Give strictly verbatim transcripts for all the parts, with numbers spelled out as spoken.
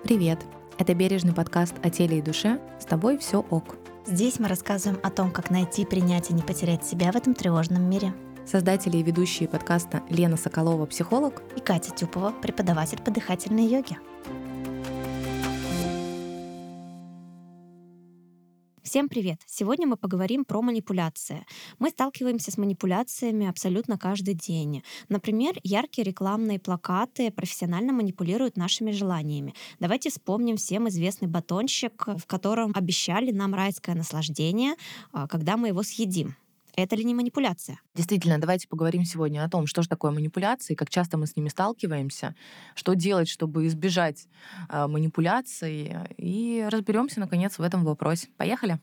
Привет! Это бережный подкаст о теле и душе. С тобой все ок. Здесь мы рассказываем о том, как найти, принять и не потерять себя в этом тревожном мире. Создатели и ведущие подкаста Лена Соколова, психолог, И Катя Тюпова, преподаватель по дыхательной йоге. Всем привет! Сегодня мы поговорим про манипуляции. Мы сталкиваемся с манипуляциями абсолютно каждый день. Например, яркие рекламные плакаты профессионально манипулируют нашими желаниями. Давайте вспомним всем известный батончик, в котором обещали нам райское наслаждение, а, когда мы его съедим. Это ли не манипуляция? Действительно, давайте поговорим сегодня о том, что же такое манипуляции, как часто мы с ними сталкиваемся, что делать, чтобы избежать э, манипуляций, и разберемся, наконец, в этом вопросе. Поехали!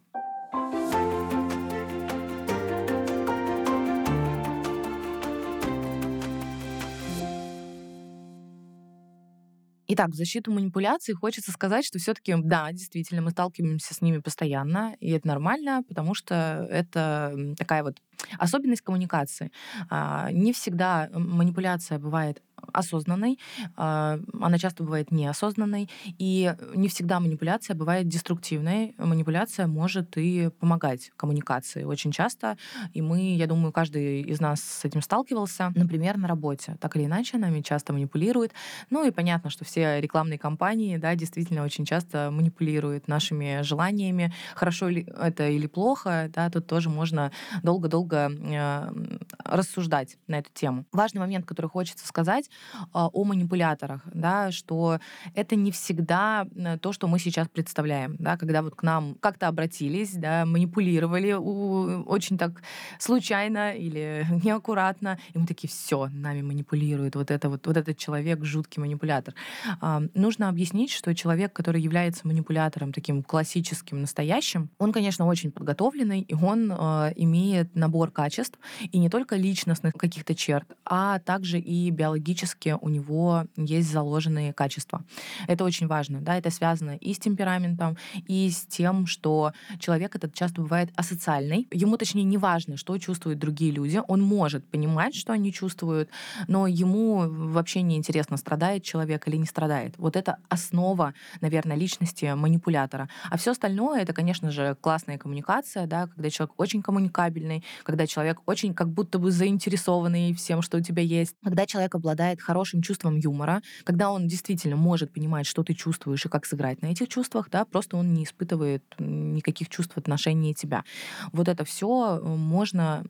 Итак, в защиту манипуляций хочется сказать, что все-таки, да, действительно, мы сталкиваемся с ними постоянно, и это нормально, потому что это такая вот особенность коммуникации. А, Не всегда манипуляция бывает осознанной, а, она часто бывает неосознанной, и не всегда манипуляция бывает деструктивной. Манипуляция может и помогать коммуникации очень часто, и мы, я думаю, каждый из нас с этим сталкивался, например, на работе. Так или иначе, нами часто манипулируют. Ну и понятно, что все рекламные кампании, да, действительно очень часто манипулируют нашими желаниями. Хорошо ли это или плохо, да, тут тоже можно долго-долго э, рассуждать на эту тему. Важный момент, который хочется сказать о манипуляторах, да, что это не всегда то, что мы сейчас представляем, да, когда вот к нам как-то обратились, да, манипулировали у, очень так случайно или неаккуратно, и мы такие: все, нами манипулирует вот это вот, вот этот человек жуткий манипулятор. А, нужно объяснить, что человек, который является манипулятором таким классическим, настоящим, он, конечно, очень подготовленный, и он э, имеет набор качеств, и не только личностных каких-то черт, а также и биологических у него есть заложенные качества. Это очень важно, да, это связано и с темпераментом, и с тем, что человек этот часто бывает асоциальный. Ему, точнее, не важно, что чувствуют другие люди. Он может понимать, что они чувствуют, но ему вообще не интересно, страдает человек или не страдает. Вот это основа, наверное, личности манипулятора. А все остальное — это, конечно же, классная коммуникация, да, когда человек очень коммуникабельный, когда человек очень как будто бы заинтересованный всем, что у тебя есть, когда человек обладает хорошим чувством юмора, когда он действительно может понимать, что ты чувствуешь и как сыграть на этих чувствах, да, просто он не испытывает никаких чувств в отношении тебя. Вот это все можно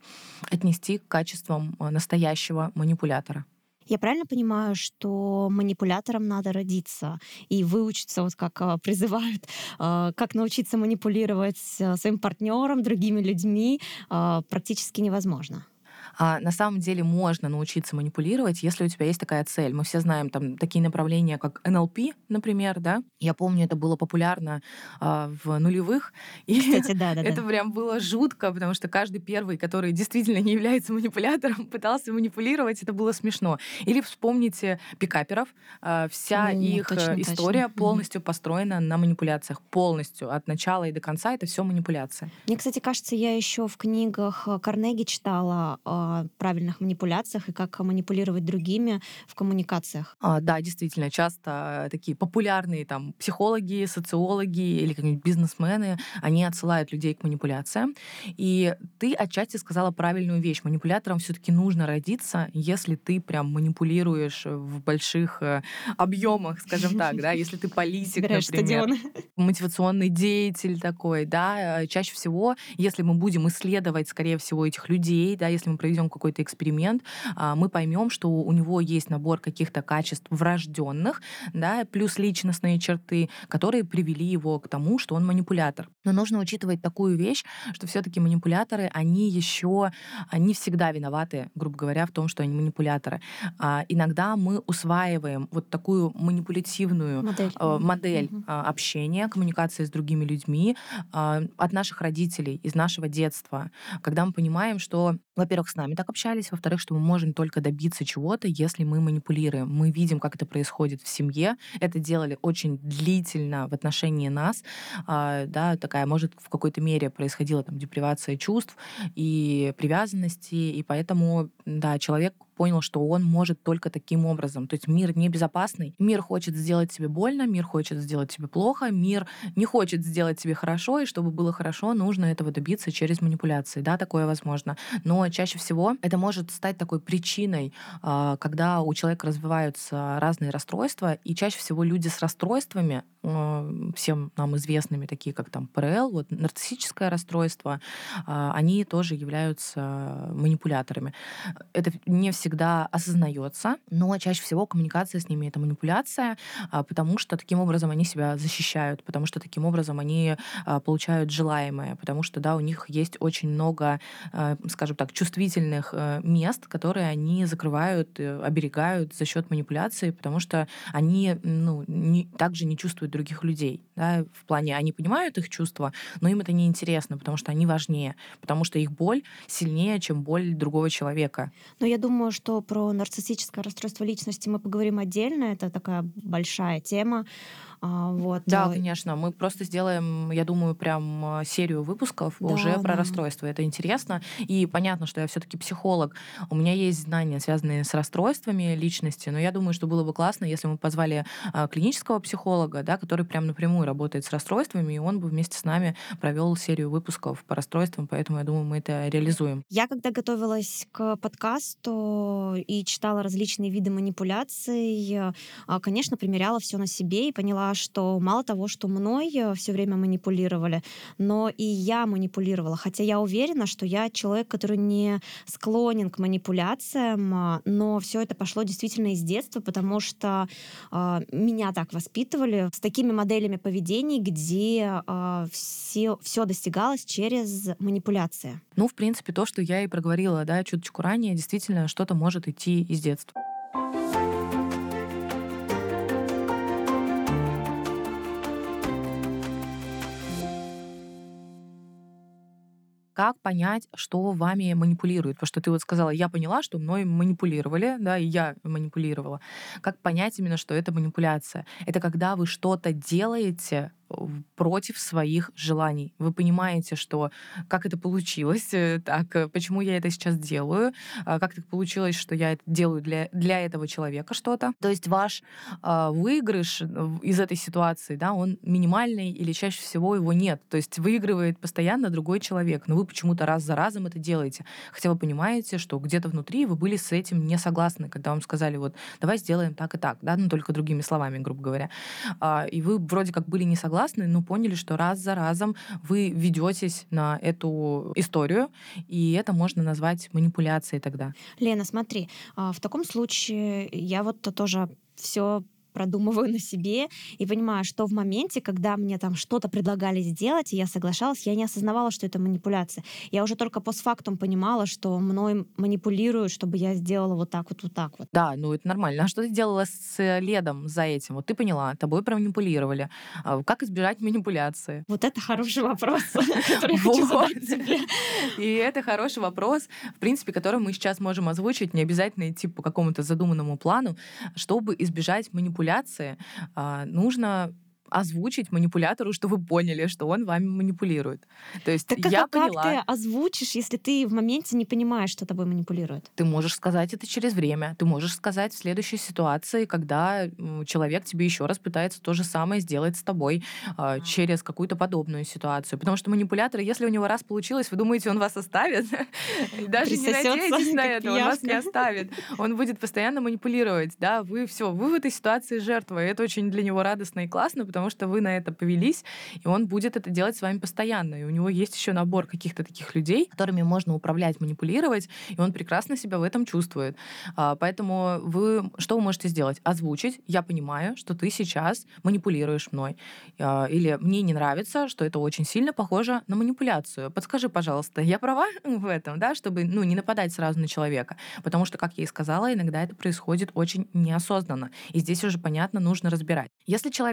отнести к качествам настоящего манипулятора. Я правильно понимаю, что манипулятором надо родиться и выучиться, вот как а, призывают, а, как научиться манипулировать а, своим партнером, другими людьми, а, практически невозможно? А на самом деле можно научиться манипулировать, если у тебя есть такая цель. Мы все знаем там такие направления, как эн эл пи, например, да. Я помню, это было популярно а, в нулевых, и Кстати, да, да, это да. прям было жутко, потому что каждый первый, который действительно не является манипулятором, пытался манипулировать, это было смешно. Или вспомните пикаперов, а, вся О, их точно, история точно. Мгм. полностью построена на манипуляциях, полностью, от начала и до конца это все манипуляция. Мне, кстати, кажется, я еще в книгах а, Карнеги читала о правильных манипуляциях и как манипулировать другими в коммуникациях. А, да, действительно, часто такие популярные там психологи, социологи или какие-нибудь бизнесмены, они отсылают людей к манипуляциям. И ты отчасти сказала правильную вещь. Манипулятором все-таки нужно родиться, если ты прям манипулируешь в больших э, объемах, скажем так, да, если ты политик, Собираешь например, стадионы. мотивационный деятель такой, да, э, чаще всего, если мы будем исследовать, скорее всего, этих людей, да, если мы проведем какой-то эксперимент, а, мы поймем, что у него есть набор каких-то качеств врожденных, да, плюс личностные черты, которые привели его к тому, что он манипулятор. Но нужно учитывать такую вещь, что все-таки манипуляторы, они еще не всегда виноваты, грубо говоря, в том, что они манипуляторы. А, иногда мы усваиваем вот такую манипулятивную Модель. э, модель Мгм. э, общения, коммуникации с другими людьми э, от наших родителей, из нашего детства, когда мы понимаем, что, во-первых, с нами так общались, во-вторых, что мы можем только добиться чего-то, если мы манипулируем. Мы видим, как это происходит в семье. Это делали очень длительно в отношении нас. А, да, такая, может, в какой-то мере происходила там депривация чувств и привязанности, и поэтому, да, человек понял, что он может только таким образом. То есть мир небезопасный, мир хочет сделать тебе больно, мир хочет сделать тебе плохо, мир не хочет сделать тебе хорошо, и чтобы было хорошо, нужно этого добиться через манипуляции. Да, такое возможно. Но чаще всего это может стать такой причиной, а, когда у человека развиваются разные расстройства, и чаще всего люди с расстройствами, а, всем нам известными, такие как там ПРЛ, вот нарциссическое расстройство, а, они тоже являются манипуляторами. Это не всегда осознается, но чаще всего коммуникация с ними — это манипуляция, а, потому что таким образом они себя защищают, потому что таким образом они а, получают желаемое, потому что, да, у них есть очень много, а, скажем так, чувствительных э, мест, которые они закрывают, э, оберегают за счет манипуляции, потому что они, ну, не, также не чувствуют других людей. Да, в плане, они понимают их чувства, но им это не интересно, потому что они важнее, потому что их боль сильнее, чем боль другого человека. Но я думаю, что про нарциссическое расстройство личности мы поговорим отдельно. Это такая большая тема. А, Вот. Да, э, конечно, мы просто сделаем, я думаю, прям э, серию выпусков уже Да, про да. расстройства. Это интересно. И понятно, что я все-таки психолог. У меня есть знания, связанные с расстройствами личности, но я думаю, что было бы классно, если мы позвали а, клинического психолога, да, который прям напрямую работает с расстройствами, и он бы вместе с нами провел серию выпусков по расстройствам, поэтому я думаю, мы это реализуем. Я когда готовилась к подкасту и читала различные виды манипуляций, э, а, конечно, примеряла все на себе и поняла, что мало того, что мной все время манипулировали, но и я манипулировала. Хотя я уверена, что я человек, который не склонен к манипуляциям, а, но все это пошло действительно из детства, потому что а, меня так воспитывали с такими моделями поведений, где все, все достигалось через манипуляции. Ну, в принципе, то, что я и проговорила, да, чуточку ранее, действительно, что-то может идти из детства. Как понять, что вами манипулирует? Потому что ты вот сказала, я поняла, что мной манипулировали, да, и я манипулировала. Как понять именно, что это манипуляция? Это когда вы что-то делаете в- против своих желаний. Вы понимаете, что как это получилось, э, так, э, почему я это сейчас делаю, а, как так получилось, что я это делаю для, для этого человека что-то. То есть ваш а, выигрыш в- из этой ситуации, да, он минимальный или чаще всего его нет. То есть выигрывает постоянно другой человек, но вы почему-то раз за разом это делаете. Хотя вы понимаете, что где-то внутри вы были с этим не согласны, когда вам сказали, вот, давай сделаем так и так, да, ну только другими словами, грубо говоря. А, и вы вроде как были не согласны, но поняли, что раз за разом вы ведетесь на эту историю, и это можно назвать манипуляцией тогда. Лена, смотри, а, в таком случае я вот то тоже все продумываю на себе и понимаю, что в моменте, когда мне там что-то предлагали сделать, и я соглашалась, я не осознавала, что это манипуляция. Я уже только постфактум понимала, что мной манипулируют, чтобы я сделала вот так вот, вот так вот. Да, ну это нормально. А что ты делала с э, ледом за этим? Вот ты поняла, тобой проманипулировали. А как избежать манипуляции? Вот это хороший вопрос, который я хочу Вот. задать тебе. И это хороший вопрос, в принципе, который мы сейчас можем озвучить, не обязательно идти по какому-то задуманному плану. Чтобы избежать манипуляции, а, нужно озвучить манипулятору, что вы поняли, что он вами манипулирует. То есть Так как, я а как ты поняла, озвучишь, если ты в моменте не понимаешь, что тобой манипулируют? ты можешь сказать это через время, ты можешь сказать в следующей ситуации, когда м, человек тебе еще раз пытается то же самое сделать с тобой а, через какую-то подобную ситуацию. Потому что манипулятор, если у него раз получилось, вы думаете, он вас оставит? Даже не Присосется, надейтесь на как это, он вас не пияшка. оставит. Он будет постоянно манипулировать. Да, вы все, вы в этой ситуации жертва. И это очень для него радостно и классно, потому что вы на это повелись, и он будет это делать с вами постоянно. И у него есть еще набор каких-то таких людей, которыми можно управлять, манипулировать, и он прекрасно себя в этом чувствует. А, Поэтому вы что вы можете сделать? Озвучить: я понимаю, что ты сейчас манипулируешь мной. А, Или мне не нравится, что это очень сильно похоже на манипуляцию. Подскажи, пожалуйста, я права в этом, да, чтобы, ну, не нападать сразу на человека. Потому что, как я и сказала, иногда это происходит очень неосознанно. И здесь уже, понятно, нужно разбирать. Если человек после того,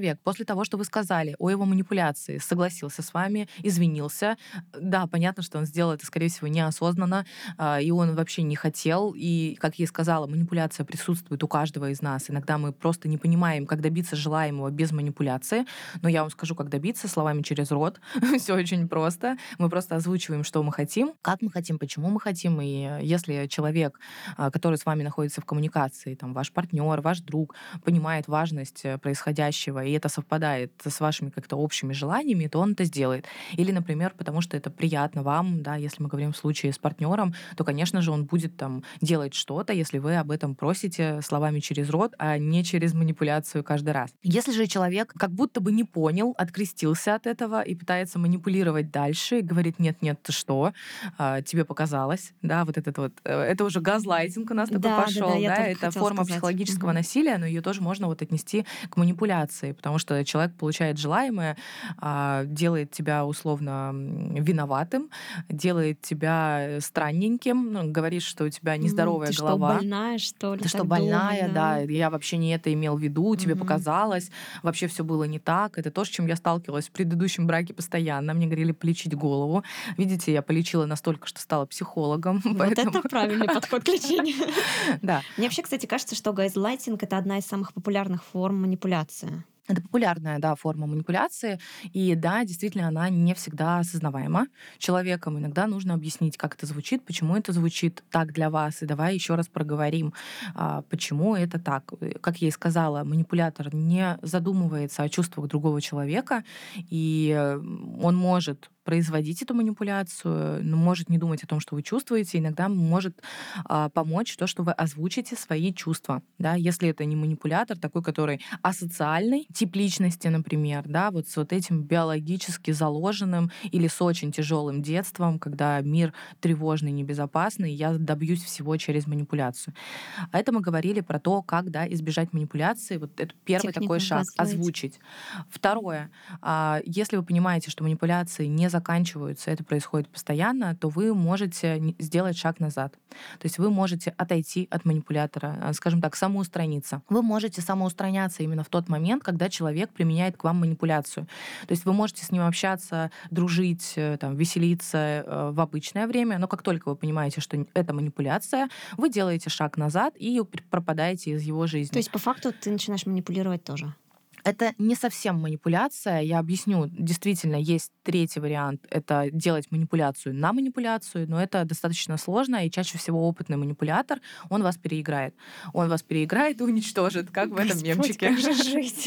того, что вы сказали о его манипуляции, согласился с вами, извинился. Да, понятно, что он сделал это, скорее всего, неосознанно, а, и он вообще не хотел. И, как я и сказала, манипуляция присутствует у каждого из нас. Иногда мы просто не понимаем, как добиться желаемого без манипуляции. Но я вам скажу, как добиться словами через рот. Все очень просто. Мы просто озвучиваем, что мы хотим, как мы хотим, почему мы хотим. И если человек, а, который с вами находится в коммуникации, там, ваш партнер, ваш друг, понимает важность э, происходящего, и это совпадает с вашими как-то общими желаниями, то он это сделает. Или, например, потому что это приятно вам, да, если мы говорим в случае с партнером, то, конечно же, он будет там делать что-то, если вы об этом просите словами через рот, а не через манипуляцию каждый раз. Если же человек как будто бы не понял, открестился от этого и пытается манипулировать дальше, и говорит: нет-нет, ты что, А, тебе показалось, да, вот этот вот, э, это уже газлайтинг у нас такой Да, да, да, пошел, я да, только это хотела форма сказать. психологического Мгм. насилия, но ее тоже можно вот отнести к манипуляции, потому что человек получает желаемое, а, делает тебя условно м, виноватым, делает тебя э, странненьким, ну, говорит, что у тебя М, нездоровая Ты что, голова, больная, что ли, ты что, так думать, больная, да, да? я вообще не это имел в виду, тебе Мгм. показалось, вообще все было не так. Это то, с чем я сталкивалась в предыдущем браке постоянно. Мне говорили полечить голову. Видите, я полечила настолько, что стала психологом, Вот поэтому, это правильный подход к лечению. да. Мне вообще, кстати, кажется, что газлайтинг — это одна из самых популярных форм манипуляции. Это популярная, да, форма манипуляции. И да, действительно, она не всегда осознаваема человеком. Иногда нужно объяснить, как это звучит, почему это звучит так для вас. И давай еще раз проговорим, а, почему это так. Э, Как я и сказала, манипулятор не задумывается о чувствах другого человека, и э, он может производить эту манипуляцию, но может не думать о том, что вы чувствуете. Иногда может а, помочь то, что вы озвучите свои чувства. Да? Если это не манипулятор, такой, который асоциальный тип личности, например, да, вот с вот этим биологически заложенным или с очень тяжелым детством, когда мир тревожный, небезопасный, я добьюсь всего через манипуляцию. А это мы говорили про то, как, да, избежать манипуляции. Вот это первый такой Техника шаг — газлайтинга. озвучить. Второе, а, если вы понимаете, что манипуляции не заканчиваются, это происходит постоянно, то вы можете не- сделать шаг назад. То есть вы можете отойти от манипулятора, а, скажем так, самоустраниться. Вы можете самоустраняться именно в тот момент, когда человек применяет к вам манипуляцию. То есть вы можете с ним общаться, дружить, э, там, веселиться э, в обычное время, но как только вы понимаете, что н- это манипуляция, вы делаете шаг назад и пр- пропадаете из его То жизни. есть, по факту, ты начинаешь манипулировать тоже. Это не совсем манипуляция. Я объясню. Действительно, есть третий вариант. Это делать манипуляцию на манипуляцию, но это достаточно сложно, и чаще всего опытный манипулятор, он вас переиграет. Он вас переиграет и уничтожит, как в этом Господь, мемчике. как же жить?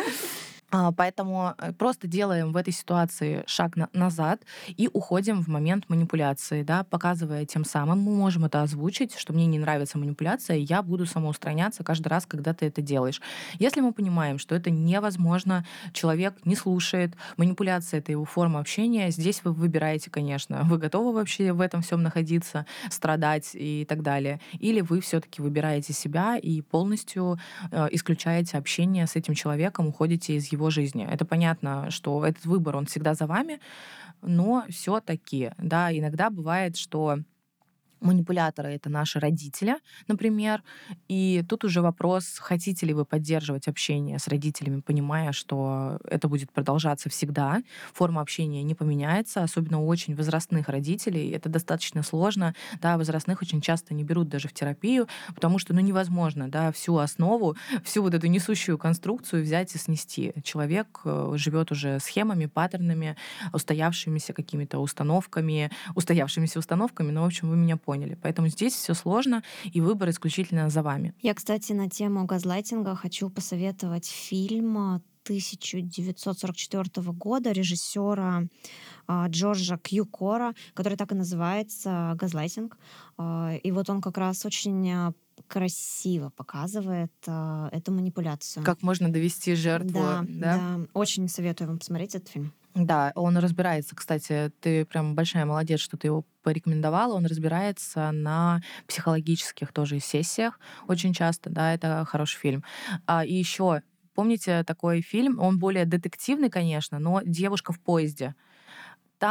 А, Поэтому э, просто делаем в этой ситуации шаг на- назад и уходим в момент манипуляции, да, показывая тем самым, мы можем это озвучить, что мне не нравится манипуляция, и я буду самоустраняться каждый раз, когда ты это делаешь. Если мы понимаем, что это невозможно, человек не слушает, манипуляция — это его форма общения, здесь вы выбираете, конечно, вы готовы вообще в этом всем находиться, страдать и так далее, или вы все-таки выбираете себя и полностью э, исключаете общение с этим человеком, уходите из его жизни. Это понятно, что этот выбор, он всегда за вами, но все-таки, да, иногда бывает, что манипуляторы — это наши родители, например. И тут уже вопрос, хотите ли вы поддерживать общение с родителями, понимая, что это будет продолжаться всегда, форма общения не поменяется, особенно у очень возрастных родителей. Это достаточно сложно. Да, возрастных очень часто не берут даже в терапию, потому что ну, невозможно, да, всю основу, всю вот эту несущую конструкцию взять и снести. Человек э, живет уже схемами, паттернами, устоявшимися какими-то установками, устоявшимися установками, но, в общем, вы меня поняли. Поэтому здесь все сложно, и выбор исключительно за вами. Я, кстати, на тему газлайтинга хочу посоветовать фильм а, тысяча девятьсот сорок четвёртого года режиссера а, Джорджа Кьюкора, который так и называется «Газлайтинг». А, И вот он как раз очень а, красиво показывает а, эту манипуляцию. Как можно довести жертву, Да, да? да, очень советую вам посмотреть этот фильм. Да, он разбирается, кстати, ты прям большая молодец, что ты его порекомендовала. Он разбирается на психологических тоже сессиях очень часто, да, это хороший фильм. А, и еще, помните такой фильм, он более детективный, конечно, но «Девушка в поезде». Там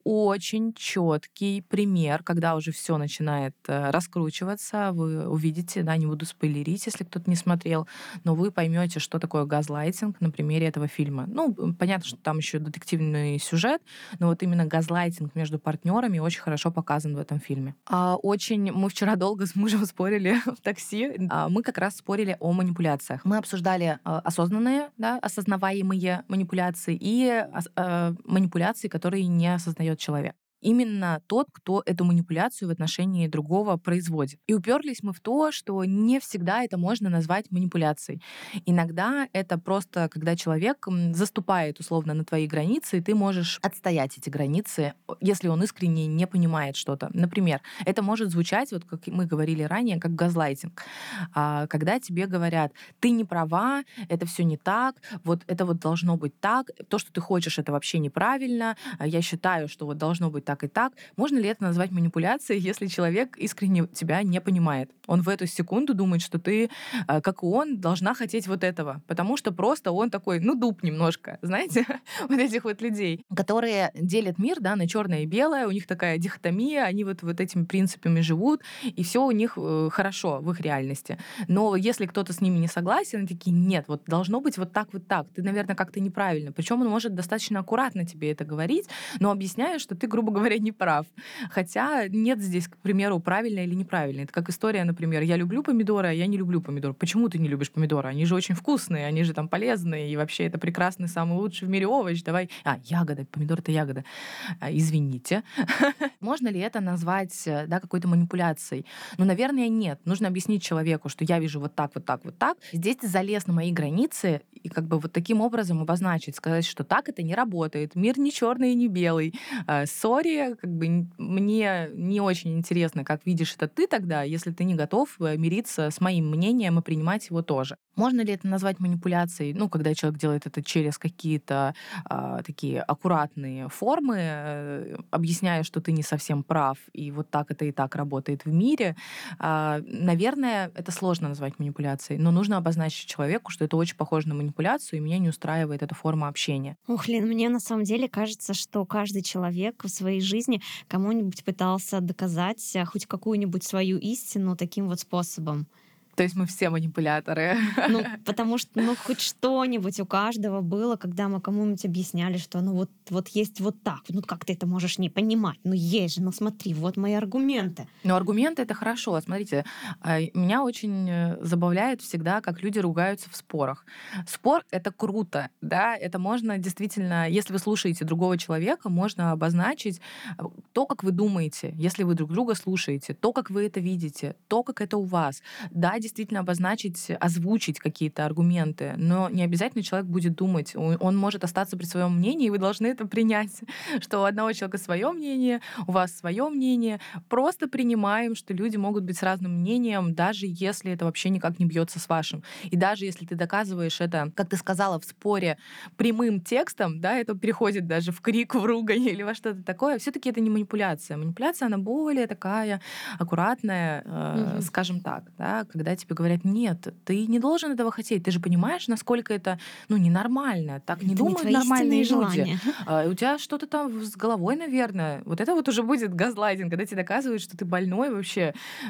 очень четкий пример, когда уже все начинает э, раскручиваться. Вы увидите, да, не буду спойлерить, если кто-то не смотрел, но вы поймете, что такое газлайтинг на примере этого фильма. Ну, м, понятно, что там еще детективный сюжет, но вот именно газлайтинг между партнерами очень хорошо показан в этом фильме. А, очень мы вчера долго с мужем спорили в такси. А, мы как раз спорили о манипуляциях. Мы обсуждали а, осознанные, да, осознаваемые манипуляции и ос- а, манипуляции, которые не осознает человек. Именно тот, кто эту манипуляцию в отношении другого производит. И уперлись мы в то, что не всегда это можно назвать манипуляцией. Иногда это просто, когда человек м, заступает условно на твои границы, и ты можешь отстоять эти границы, о- если он искренне не понимает что-то. Например, это может звучать, вот как мы говорили ранее, как газлайтинг. А, Когда тебе говорят, ты не права, это все не так, вот это вот должно быть так, то, что ты хочешь, это вообще неправильно, а я считаю, что вот должно быть так и так. Можно ли это назвать манипуляцией, если человек искренне тебя не понимает? Он в эту секунду думает, что ты, а, как и он, должна хотеть вот этого, потому что просто он такой, ну, дуб немножко, знаете, вот этих вот людей, которые делят мир, да, на черное и белое, у них такая дихотомия, они вот, вот этими принципами живут, и все у них э, хорошо в их реальности. Но если кто-то с ними не согласен, они такие, нет, вот должно быть вот так, вот так. Ты, наверное, как-то неправильно. Причем он может достаточно аккуратно тебе это говорить, но объясняя, что ты, грубо говоря, не прав. Хотя нет здесь, к примеру, правильно или неправильно. Это как история, например, я люблю помидоры, а я не люблю помидоры. Почему ты не любишь помидоры? Они же очень вкусные, они же там полезные, и вообще это прекрасный, самый лучший в мире овощ. Давай... А, ягода, помидор — это ягода. А, Извините. Можно ли это назвать, э, да, какой-то манипуляцией? Ну, наверное, нет. Нужно объяснить человеку, что я вижу вот так, вот так, вот так. Здесь ты залез на мои границы и как бы вот таким образом обозначить, сказать, что так это не работает. Мир не черный и не белый. Э, Сори, как бы н- мне не очень интересно, как видишь это ты тогда, если ты не готов э, мириться с моим мнением и принимать его тоже. Можно ли это назвать манипуляцией? Ну, когда человек делает это через какие-то а, такие аккуратные формы, э, объясняя, что ты не совсем прав, и вот так это и так работает в мире. А, Наверное, это сложно назвать манипуляцией, но нужно обозначить человеку, что это очень похоже на манипуляцию, и меня не устраивает эта форма общения. Ох, Лен, мне на самом деле кажется, что каждый человек в своей жизни кому-нибудь пытался доказать а, хоть какую-нибудь свою истину таким вот способом. То есть мы все манипуляторы. Ну, потому что, ну, хоть что-нибудь у каждого было, когда мы кому-нибудь объясняли, что ну вот, вот есть вот так. Ну, как ты это можешь не понимать? Ну, есть же, ну смотри, вот мои аргументы. Но аргументы — это хорошо. Смотрите, а, меня очень э, забавляет всегда, как люди ругаются в спорах. Спор — это круто, да, это можно действительно, если вы слушаете другого человека, можно обозначить э, то, как вы думаете, если вы друг друга слушаете, то, как вы это видите, то, как это у вас. Да, действительно обозначить, озвучить какие-то аргументы, но не обязательно человек будет думать. Он он может остаться при своем мнении, и вы должны это принять, что у одного человека свое мнение, у вас свое мнение. Просто принимаем, что люди могут быть с разным мнением, даже если это вообще никак не бьется с вашим. И даже если ты доказываешь это, как ты сказала, в споре прямым текстом, да, это переходит даже в крик, в ругань или во что-то такое, все-таки это не манипуляция. Манипуляция, она более такая аккуратная, э, Мгм. скажем так, да, когда тебе говорят, нет, ты не должен этого хотеть, ты же понимаешь, насколько это, ну, ненормально, так не Это не думают твои истинные нормальные люди. желания. А, у тебя что-то там с головой, наверное. Вот это вот уже будет газлайтинг, когда тебе доказывают, что ты больной вообще,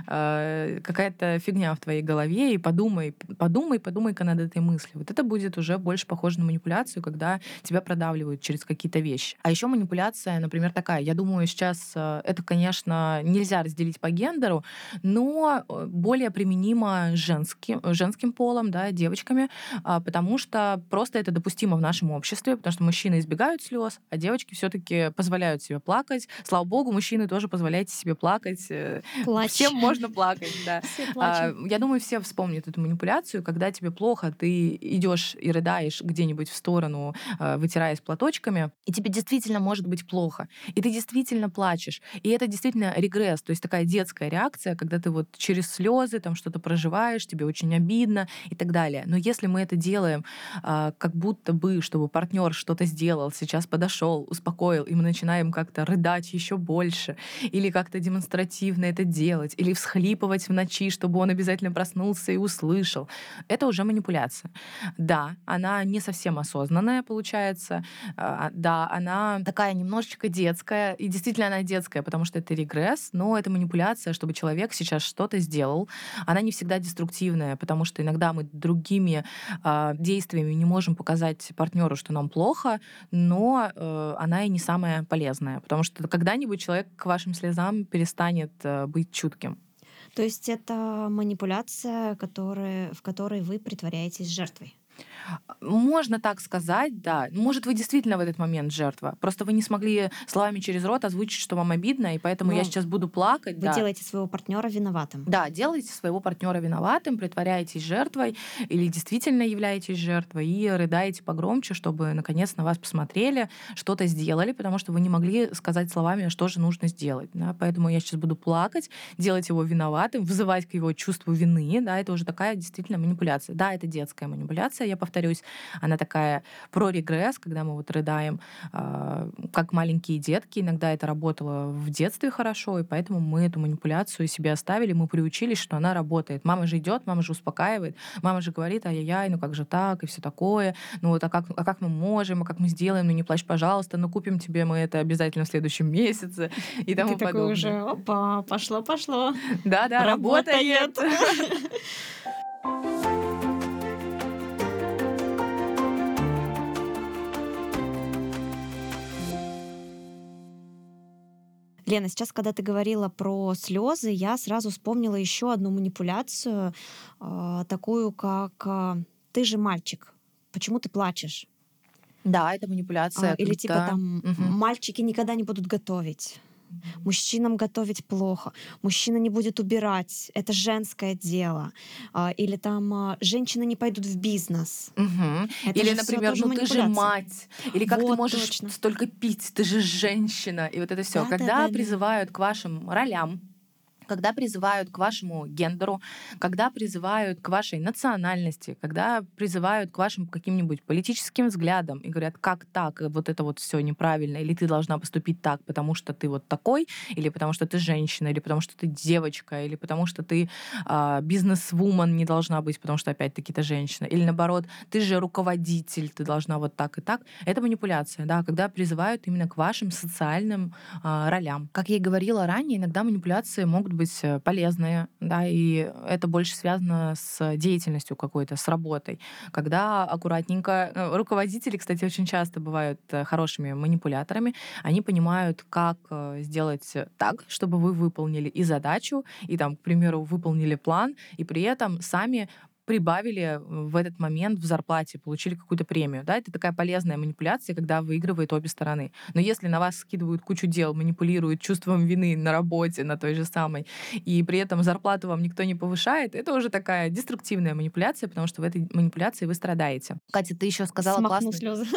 а, какая-то фигня в твоей голове, и подумай, подумай, подумай-ка над этой мыслью. Вот это будет уже больше похоже на манипуляцию, когда тебя продавливают через какие-то вещи. А еще манипуляция, например, такая. Я думаю, сейчас э, это, конечно, нельзя разделить по гендеру, но э, более применимо женским, женским полом, да, девочками, а, потому что просто это допустимо в нашем обществе, потому что мужчины избегают слез, а девочки все-таки позволяют себе плакать. Слава богу, мужчины тоже позволяйте себе плакать. э, Всем Плачь. можно плакать, да. Все А, плачем. Я думаю, все вспомнят эту манипуляцию, когда тебе плохо, ты идешь и рыдаешь где-нибудь в сторону, а, вытираясь платочками, и тебе действительно может быть плохо, и ты действительно плачешь, и это действительно регресс, то есть такая детская реакция, когда ты вот через слезы там что-то проживаешь, переживаешь, тебе очень обидно и так далее. Но если мы это делаем а, как будто бы, чтобы партнер что-то сделал, сейчас подошел, успокоил, и мы начинаем как-то рыдать еще больше, или как-то демонстративно это делать, или всхлипывать в ночи, чтобы он обязательно проснулся и услышал, это уже манипуляция. Да, она не совсем осознанная получается, а, да, она такая немножечко детская, и действительно она детская, потому что это регресс, но это манипуляция, чтобы человек сейчас что-то сделал. Она не всегда деструктивная, потому что иногда мы другими а, действиями не можем показать партнеру, что нам плохо, но э, она и не самая полезная, потому что когда-нибудь человек к вашим слезам перестанет э, быть чутким. То есть это манипуляция, которая, в которой вы притворяетесь жертвой. Можно так сказать, да. Может, вы действительно в этот момент жертва. Просто вы не смогли словами через рот озвучить, что вам обидно, и поэтому я Но сейчас буду плакать. вы Да. делаете своего партнера виноватым. Да, делаете своего партнера виноватым, притворяетесь жертвой или действительно являетесь жертвой и рыдаете погромче, чтобы наконец на вас посмотрели, что-то сделали, потому что вы не могли сказать словами, что же нужно сделать. Да? Поэтому я сейчас буду плакать, делать его виноватым, вызывать к его чувству вины. Да? Это уже такая действительно манипуляция. Да, это детская манипуляция, я повторюсь. Она такая про регресс, когда мы вот рыдаем, э, как маленькие детки. Иногда это работало в детстве хорошо, и поэтому мы эту манипуляцию себе оставили, мы приучились, что она работает. Мама же идет, мама же успокаивает, мама же говорит, ай-яй-яй, ну как же так, и все такое, ну вот, а как, а как мы можем, а как мы сделаем, ну не плачь, пожалуйста, ну купим тебе мы это обязательно в следующем месяце и тому Ты такой подобное. уже, опа, пошло, пошло. Да-да, работает. Лена, сейчас, когда ты говорила про слезы, я сразу вспомнила еще одну манипуляцию, а, такую как а, «ты же мальчик, почему ты плачешь?» Да, это А, манипуляция, Или типа когда... там Мгм. «мальчики никогда не будут готовить». Мужчинам готовить плохо, мужчина не будет убирать, это женское дело. А, Или там а, женщины не пойдут в бизнес. Мгм. Это Или, же все например, тоже ну ты же манипуляция. мать, или как ты Вот, можешь точно. столько пить, ты же женщина, и вот это все. Да, да, Когда да, да. призывают к вашим ролям, когда призывают к вашему гендеру, когда призывают к вашей национальности, когда призывают к вашим каким-нибудь политическим взглядам и говорят, как так, и вот это вот все неправильно, или ты должна поступить так, потому что ты вот такой, или потому что ты женщина, или потому что ты девочка, или потому что ты а, бизнес-вумен не должна быть, потому что опять-таки ты женщина, или наоборот, ты же руководитель, ты должна вот так и так. Это манипуляция, да, когда призывают именно к вашим социальным а, ролям. Как я и говорила ранее, иногда манипуляции могут быть э, полезные, да, и это больше связано с деятельностью какой-то, с работой. Когда аккуратненько... э, Руководители, кстати, очень часто бывают э, хорошими манипуляторами. Они понимают, как э, сделать так, чтобы вы выполнили и задачу, и там, к примеру, выполнили план, и при этом сами прибавили в этот момент в зарплате, получили какую-то премию. Да? Это такая полезная манипуляция, когда выигрывает обе стороны. Но если на вас скидывают кучу дел, манипулируют чувством вины на работе, на той же самой, и при этом зарплату вам никто не повышает, это уже такая деструктивная манипуляция, потому что в этой манипуляции вы страдаете. Катя, ты еще сказала Смахну классный... слезы.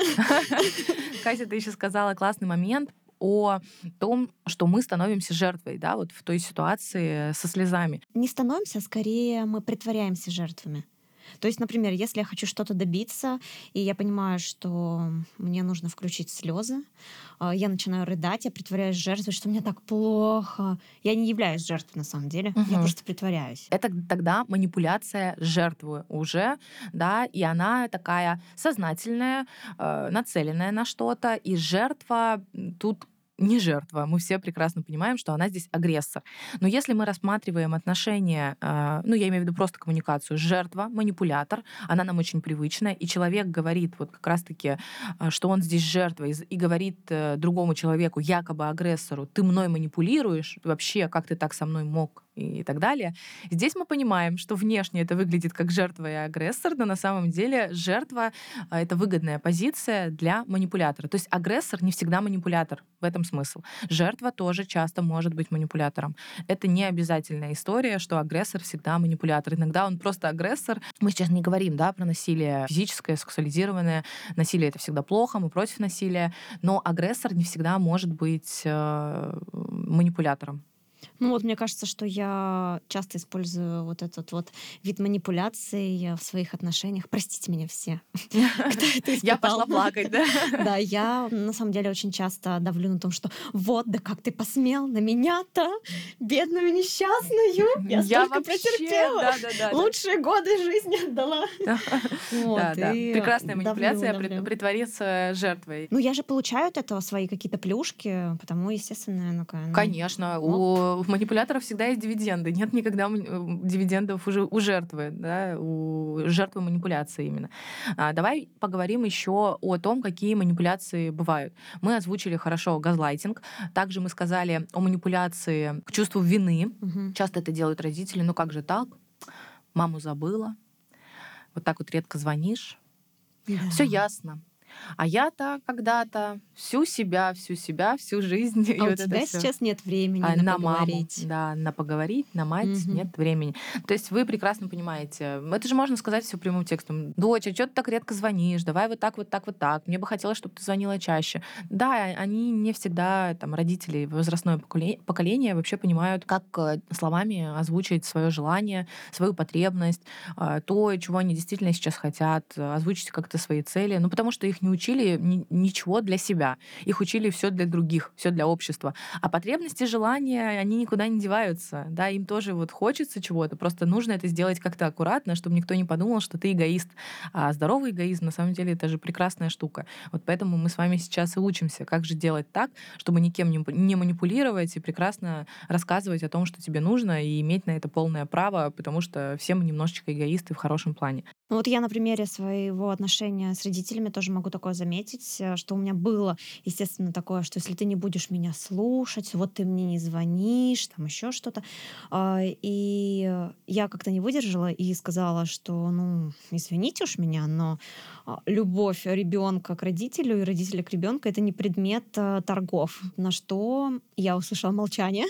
Катя, ты еще сказала классный момент о том, что мы становимся жертвой, да, вот в той ситуации со слезами. Не становимся, а скорее мы притворяемся жертвами. То есть, например, если я хочу что-то добиться, и я понимаю, что мне нужно включить слезы, а, я начинаю рыдать, я притворяюсь жертвой, что мне так плохо. Я не являюсь жертвой на самом деле, я Мгм. просто притворяюсь. Это тогда манипуляция жертвы уже, да, и она такая сознательная, э, нацеленная на что-то, и жертва м, тут не жертва. Мы все прекрасно понимаем, что она здесь агрессор. Но если мы рассматриваем отношения, э, ну, я имею в виду просто коммуникацию, жертва, манипулятор, она нам очень привычна, и человек говорит вот как раз-таки, э, что он здесь жертва, и, з- и говорит э, другому человеку, якобы агрессору, ты мной манипулируешь, вообще, как ты так со мной мог, и так далее. Здесь мы понимаем, что внешне это выглядит как жертва и агрессор, но на самом деле жертва — это выгодная позиция для манипулятора. То есть агрессор не всегда манипулятор, в этом смысл. Жертва тоже часто может быть манипулятором. Это не обязательная история, что агрессор всегда манипулятор. Иногда он просто агрессор. Мы сейчас не говорим, да, про насилие физическое, сексуализированное. Насилие — это всегда плохо, мы против насилия. Но агрессор не всегда может быть э, манипулятором. Ну вот мне кажется, что я часто использую вот этот вот вид манипуляций в своих отношениях. Простите меня все, кто это Я пошла испытал. плакать, да? Да, я на самом деле очень часто давлю на том, что вот, да как ты посмел на меня-то, бедную несчастную, я Я столько вообще, претерпела, да-да-да-да. лучшие годы жизни отдала. Вот, Да, да. и Прекрасная давлю, манипуляция прит- давлю. притвориться жертвой. Ну, я же получаю от этого свои какие-то плюшки, потому, естественно, я такая, ну, Конечно, ок. у манипуляторов всегда есть дивиденды. Нет никогда м- э, дивидендов уже у жертвы, да, у жертвы манипуляции именно. А, давай поговорим еще о том, какие манипуляции бывают. Мы озвучили хорошо газлайтинг. Также мы сказали о манипуляции к чувству вины. Мгм. Часто это делают родители. Ну как же так? Маму забыла. Вот так вот редко звонишь. Все Да. ясно. А я-то когда-то всю себя, всю себя, всю жизнь А и у вот это тебя все. сейчас нет времени А, на на маму, поговорить. да, на поговорить, на мать Мгм. нет времени. То есть вы прекрасно понимаете, это же можно сказать все прямым текстом. Дочь, а чё ты так редко звонишь? Давай вот так, вот так, вот так. Мне бы хотелось, чтобы ты звонила чаще. Да, они не всегда, там, родители, возрастное поколе- поколение вообще понимают, как э, словами озвучить свое желание, свою потребность, а, то, чего они действительно сейчас хотят, э, озвучить как-то свои цели. Ну, потому что их не учили ни- ничего для себя. Их учили все для других, все для общества. А потребности, желания, они никуда не деваются. Да, им тоже вот хочется чего-то. Просто нужно это сделать как-то аккуратно, чтобы никто не подумал, что ты эгоист. А здоровый эгоизм, на самом деле, это же прекрасная штука. Вот поэтому мы с вами сейчас и учимся, как же делать так, чтобы никем не не манипулировать и прекрасно рассказывать о том, что тебе нужно, и иметь на это полное право, потому что все мы немножечко эгоисты в хорошем плане. Ну вот я на примере своего отношения с родителями тоже могу такое заметить, э, что у меня было, естественно, такое, что если ты не будешь меня слушать, вот ты мне не звонишь, там еще что-то. А, И э, я как-то не выдержала и сказала, что, ну, извините уж меня, но а, любовь ребенка к родителю и родителя к ребенку это не предмет э, торгов. На что я услышала молчание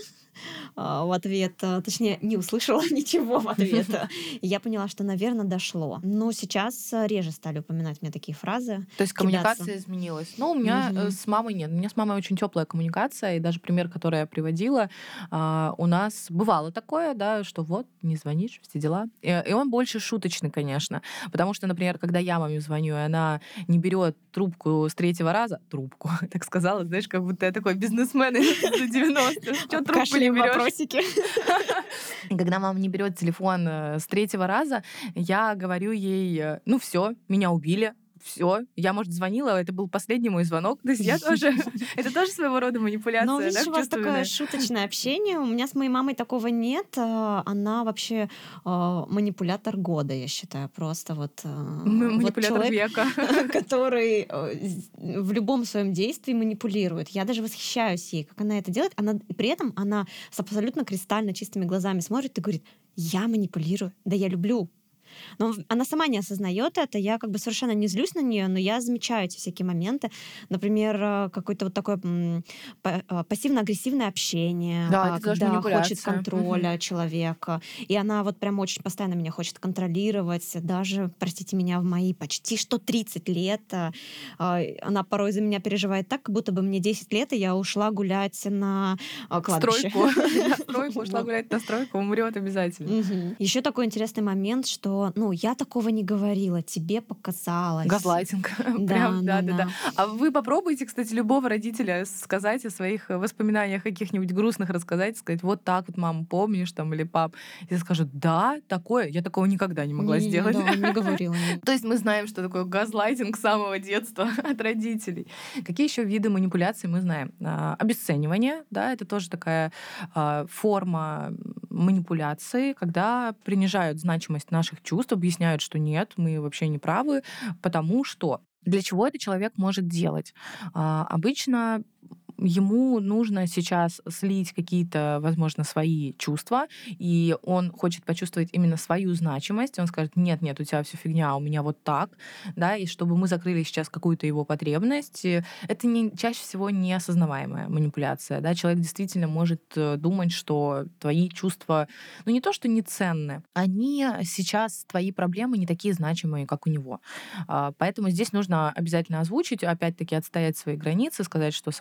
а, в ответ, а, точнее, не услышала ничего в ответ. а, И я поняла, что, наверное, дошло. Но сейчас а, реже стали упоминать мне такие фразы, То есть кидаться. коммуникация изменилась. Ну, у меня э, Мгм. с мамой нет. У меня с мамой очень теплая коммуникация, и даже пример, который я приводила, а, у нас бывало такое, да, что вот, не звонишь, все дела. И, и он больше шуточный, конечно. Потому что, например, когда я маме звоню, и она не берет трубку с третьего раза, трубку, так сказала, знаешь, как будто я такой бизнесмен из девяностых. Что трубку не Обкашляем берешь? вопросики. И когда мама не берет телефон э, с третьего раза, я говорю ей, э, ну все, меня убили, все, я, может, звонила, это был последний мой звонок, то есть я тоже, это тоже своего рода Но манипуляция, да, видишь, у в вас чувство такое вины. шуточное общение. У меня с моей мамой такого нет. а, Она вообще а, манипулятор года, я считаю. Просто вот, М- а, вот Манипулятор человек, века. который э, з- в любом своем действии манипулирует. Я даже восхищаюсь ей, как она это делает. Она, и при этом она с абсолютно кристально чистыми глазами смотрит и говорит, я манипулирую, да я люблю. Но в- она сама не осознает это. Я как бы совершенно не злюсь на нее, но я замечаю эти всякие моменты. Например, э, какое-то вот такое м, па- э, пассивно-агрессивное общение, Да, а, это тоже когда хочет манипуляция. Мгм. контроля человека. И она вот прям очень постоянно меня хочет контролировать. Даже, простите меня, в мои почти что тридцать лет. а, а, Она порой за меня переживает так, как будто бы мне десять лет, и я ушла гулять на а, кладбище. Стройку, на стройку, ушла Вот. гулять на стройку, умрет обязательно. Еще такой интересный момент, что, ну, я такого не говорила, тебе показалось. Газлайтинг. Да, Прям, да, да-да-да. да. А вы попробуйте, кстати, любого родителя сказать о своих э, воспоминаниях каких-нибудь грустных, рассказать, сказать, вот так вот, мама, помнишь, там, или пап. И скажут, да, такое, я такого никогда не могла Не-не-не, сделать. да, не говорила, нет. То есть мы знаем, что такое газлайтинг с самого детства от родителей. Какие еще виды манипуляций мы знаем? А, Обесценивание, да, это тоже такая а, форма манипуляции, когда принижают значимость наших чувств, объясняют, что нет, мы вообще не правы, потому что для чего это человек может делать? А, Обычно ему нужно сейчас слить какие-то, возможно, свои чувства, и он хочет почувствовать именно свою значимость. Он скажет, нет, нет, у тебя все фигня, у меня вот так, да, и чтобы мы закрыли сейчас какую-то его потребность, э, это не, чаще всего неосознаваемая манипуляция, да, человек действительно может э, думать, что твои чувства, ну не то, что не ценны, они сейчас, твои проблемы не такие значимые, как у него. А, Поэтому здесь нужно обязательно озвучить, опять-таки отстоять свои границы, сказать, что со мной так не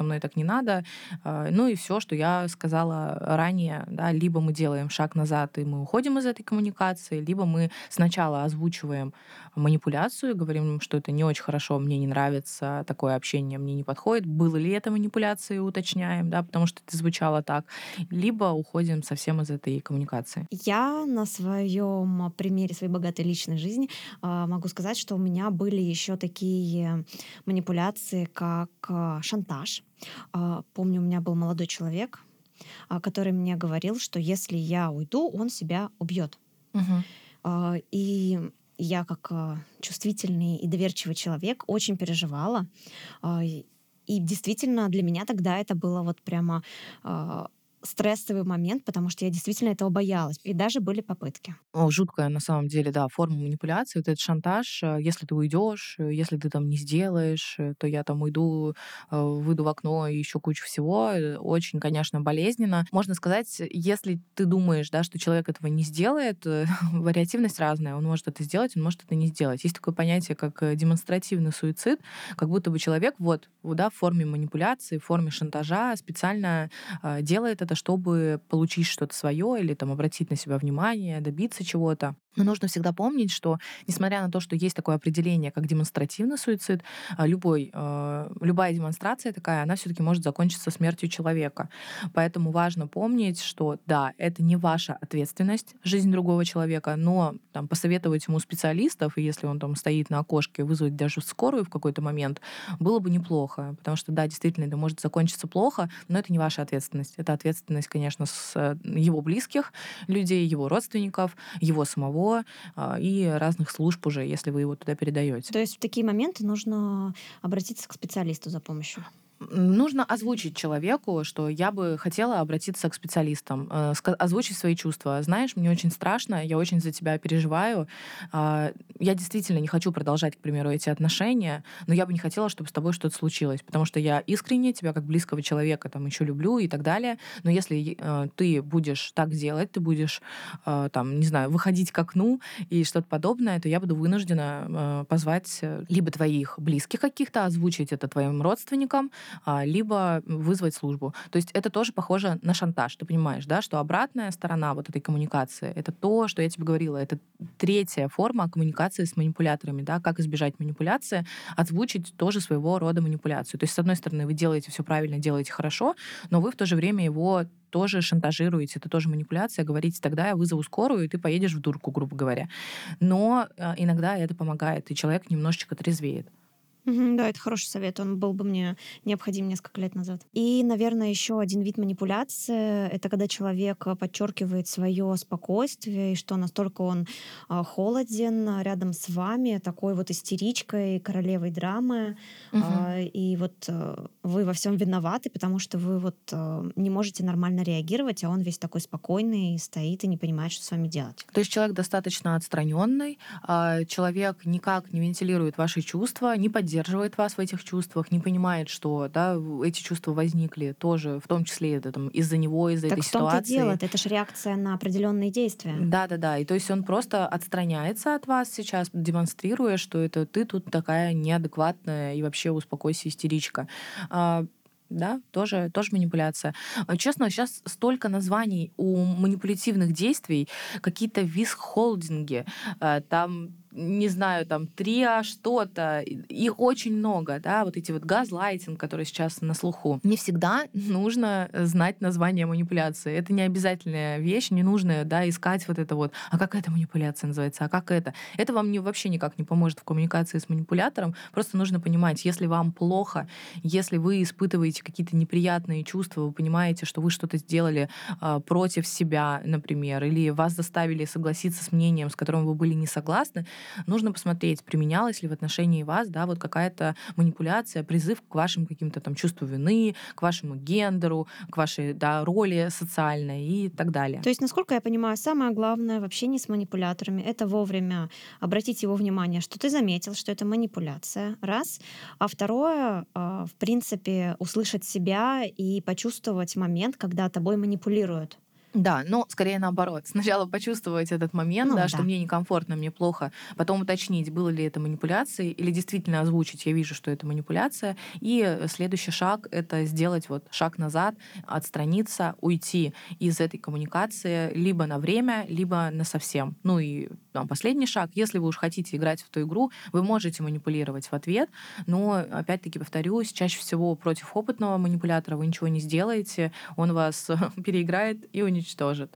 надо. А, Ну и все, что я сказала ранее, да, либо мы делаем шаг назад и мы уходим из этой коммуникации, либо мы сначала озвучиваем манипуляцию, говорим, что это не очень хорошо, мне не нравится такое общение, мне не подходит. Было ли это манипуляцией, уточняем, да, потому что это звучало так. Либо уходим совсем из этой коммуникации. Я на своем примере своей богатой личной жизни а, могу сказать, что у меня были еще такие манипуляции, как а, шантаж. А, Помню, у меня был молодой человек, а, который мне говорил, что если я уйду, он себя убьет. Мгм. А, И я, как а, чувствительный и доверчивый человек, очень переживала. А, И и действительно для меня тогда это было вот прямо а, стрессовый момент, потому что я действительно этого боялась. И даже были попытки. О, жуткая на самом деле, да, форма манипуляции. Вот этот шантаж, э, если ты уйдешь, э, если ты там не сделаешь, э, то я там уйду, э, выйду в окно и еще кучу всего. Э, Очень, конечно, болезненно. Можно сказать, если ты думаешь, да, что человек этого не сделает, э, вариативность разная. Он может это сделать, он может это не сделать. Есть такое понятие, как э, демонстративный суицид, как будто бы человек вот, вот, да, в форме манипуляции, в форме шантажа специально а, делает это, чтобы получить что-то свое или там обратить на себя внимание, добиться чего-то. Но нужно всегда помнить, что несмотря на то, что есть такое определение, как демонстративный суицид, а, любой, а, любая демонстрация такая, она все-таки может закончиться смертью человека. Поэтому важно помнить, что да, это не ваша ответственность, жизнь другого человека, но там, посоветовать ему специалистов, и если он там стоит на окошке, вызвать даже скорую в какой-то момент, было бы неплохо. Потому что да, действительно, это может закончиться плохо, но это не ваша ответственность. Это ответственность, конечно, с э, его близких людей, его родственников, его самого а, и разных служб уже, если вы его туда передаете. То есть в такие моменты нужно обратиться к специалисту за помощью. Нужно озвучить человеку, что я бы хотела обратиться к специалистам, э, ска- озвучить свои чувства. Знаешь, мне очень страшно, я очень за тебя переживаю. А, Я действительно не хочу продолжать, к примеру, эти отношения, но я бы не хотела, чтобы с тобой что-то случилось, потому что я искренне тебя как близкого человека там еще люблю и так далее. Но если э, ты будешь так делать, ты будешь э, там, не знаю, выходить к окну и что-то подобное, то я буду вынуждена э, позвать э, либо твоих близких каких-то, озвучить это твоим родственникам, а, либо вызвать службу. То есть это тоже похоже на шантаж. Ты понимаешь, да, что обратная сторона вот этой коммуникации — это то, что я тебе говорила, это третья форма коммуникации с манипуляторами, да, как избежать манипуляции, озвучить тоже своего рода манипуляцию. То есть, с одной стороны, вы делаете все правильно, делаете хорошо, но вы в то же время его тоже шантажируете, это тоже манипуляция, говорите, тогда я вызову скорую, и ты поедешь в дурку, грубо говоря. Но э, иногда это помогает, и человек немножечко трезвеет. Мгм, да, это хороший совет. Он был бы мне необходим несколько лет назад. И, наверное, еще один вид манипуляции — это когда человек а, подчеркивает свое спокойствие, и что настолько он а, холоден а, рядом с вами, такой вот истеричкой, королевой драмы. Мгм. а, И вот э, вы во всем виноваты, потому что вы вот э, не можете нормально реагировать, а он весь такой спокойный, стоит и не понимает, что с вами делать. То есть человек достаточно отстраненный, а, человек никак не вентилирует ваши чувства, не поддерживает вас в этих чувствах, не понимает, что да, в- эти чувства возникли тоже, в том числе это, там, из-за него, из-за этой Так в том-то и дело. ситуации. Это же реакция на определенные действия. Да-да-да. И то есть он просто отстраняется от вас сейчас, демонстрируя, что это ты тут такая неадекватная и вообще успокойся, истеричка. А, Да, тоже, тоже манипуляция. А, Честно, сейчас столько названий у манипулятивных действий, какие-то висхолдинги, а, там, не знаю, там, триа что-то, и- их очень много, да, вот эти вот газлайтинг, который сейчас на слуху. Не всегда нужно знать название манипуляции. Это не обязательная вещь, не нужно, да, искать вот это вот, а как эта манипуляция называется, а как это. Это вам не, вообще никак не поможет в коммуникации с манипулятором. Просто нужно понимать, если вам плохо, если вы испытываете какие-то неприятные чувства, вы понимаете, что вы что-то сделали а, против себя, например, или вас заставили согласиться с мнением, с которым вы были не согласны, нужно посмотреть, применялась ли в отношении вас, да, вот какая-то манипуляция, призыв к вашим каким-то там чувству вины, к вашему гендеру, к вашей, да, роли социальной и так далее. То есть, насколько я понимаю, самое главное в общении с манипуляторами — это вовремя обратить его внимание, что ты заметил, что это манипуляция, раз. А второе, а, в принципе, услышать себя и почувствовать момент, когда тобой манипулируют. Да, но скорее наоборот. Сначала почувствовать этот момент, Ну да, что да. мне некомфортно, мне плохо, потом уточнить, было ли это манипуляцией, или действительно озвучить, я вижу, что это манипуляция. И э, следующий шаг — это сделать вот шаг назад, отстраниться, уйти из этой коммуникации либо на время, либо на совсем. Ну и там, последний шаг, если вы уж хотите играть в ту игру, вы можете манипулировать в ответ, но, опять-таки, повторюсь, чаще всего против опытного манипулятора вы ничего не сделаете, он вас переиграет и уничтожит.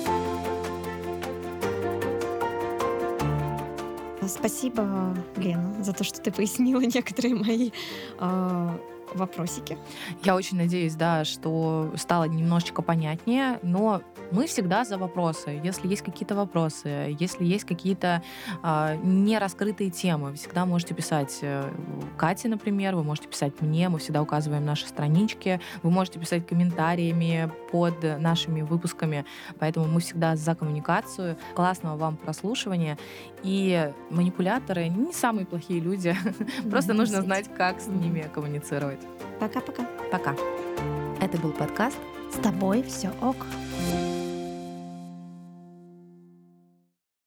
Спасибо, Лена, за то, что ты пояснила некоторые мои а, вопросики. Я очень надеюсь, да, что стало немножечко понятнее, но мы всегда за вопросы. Если есть какие-то вопросы, если есть какие-то а, нераскрытые темы, вы всегда можете писать э, Кате, например, вы можете писать мне, мы всегда указываем наши странички, вы можете писать комментариями под нашими выпусками, поэтому мы всегда за коммуникацию. Классного вам прослушивания. И манипуляторы не самые плохие люди, просто Да, нужно действительно. знать, как с Мгм. ними коммуницировать. Пока-пока. Пока. Это был подкаст С тобой все ок.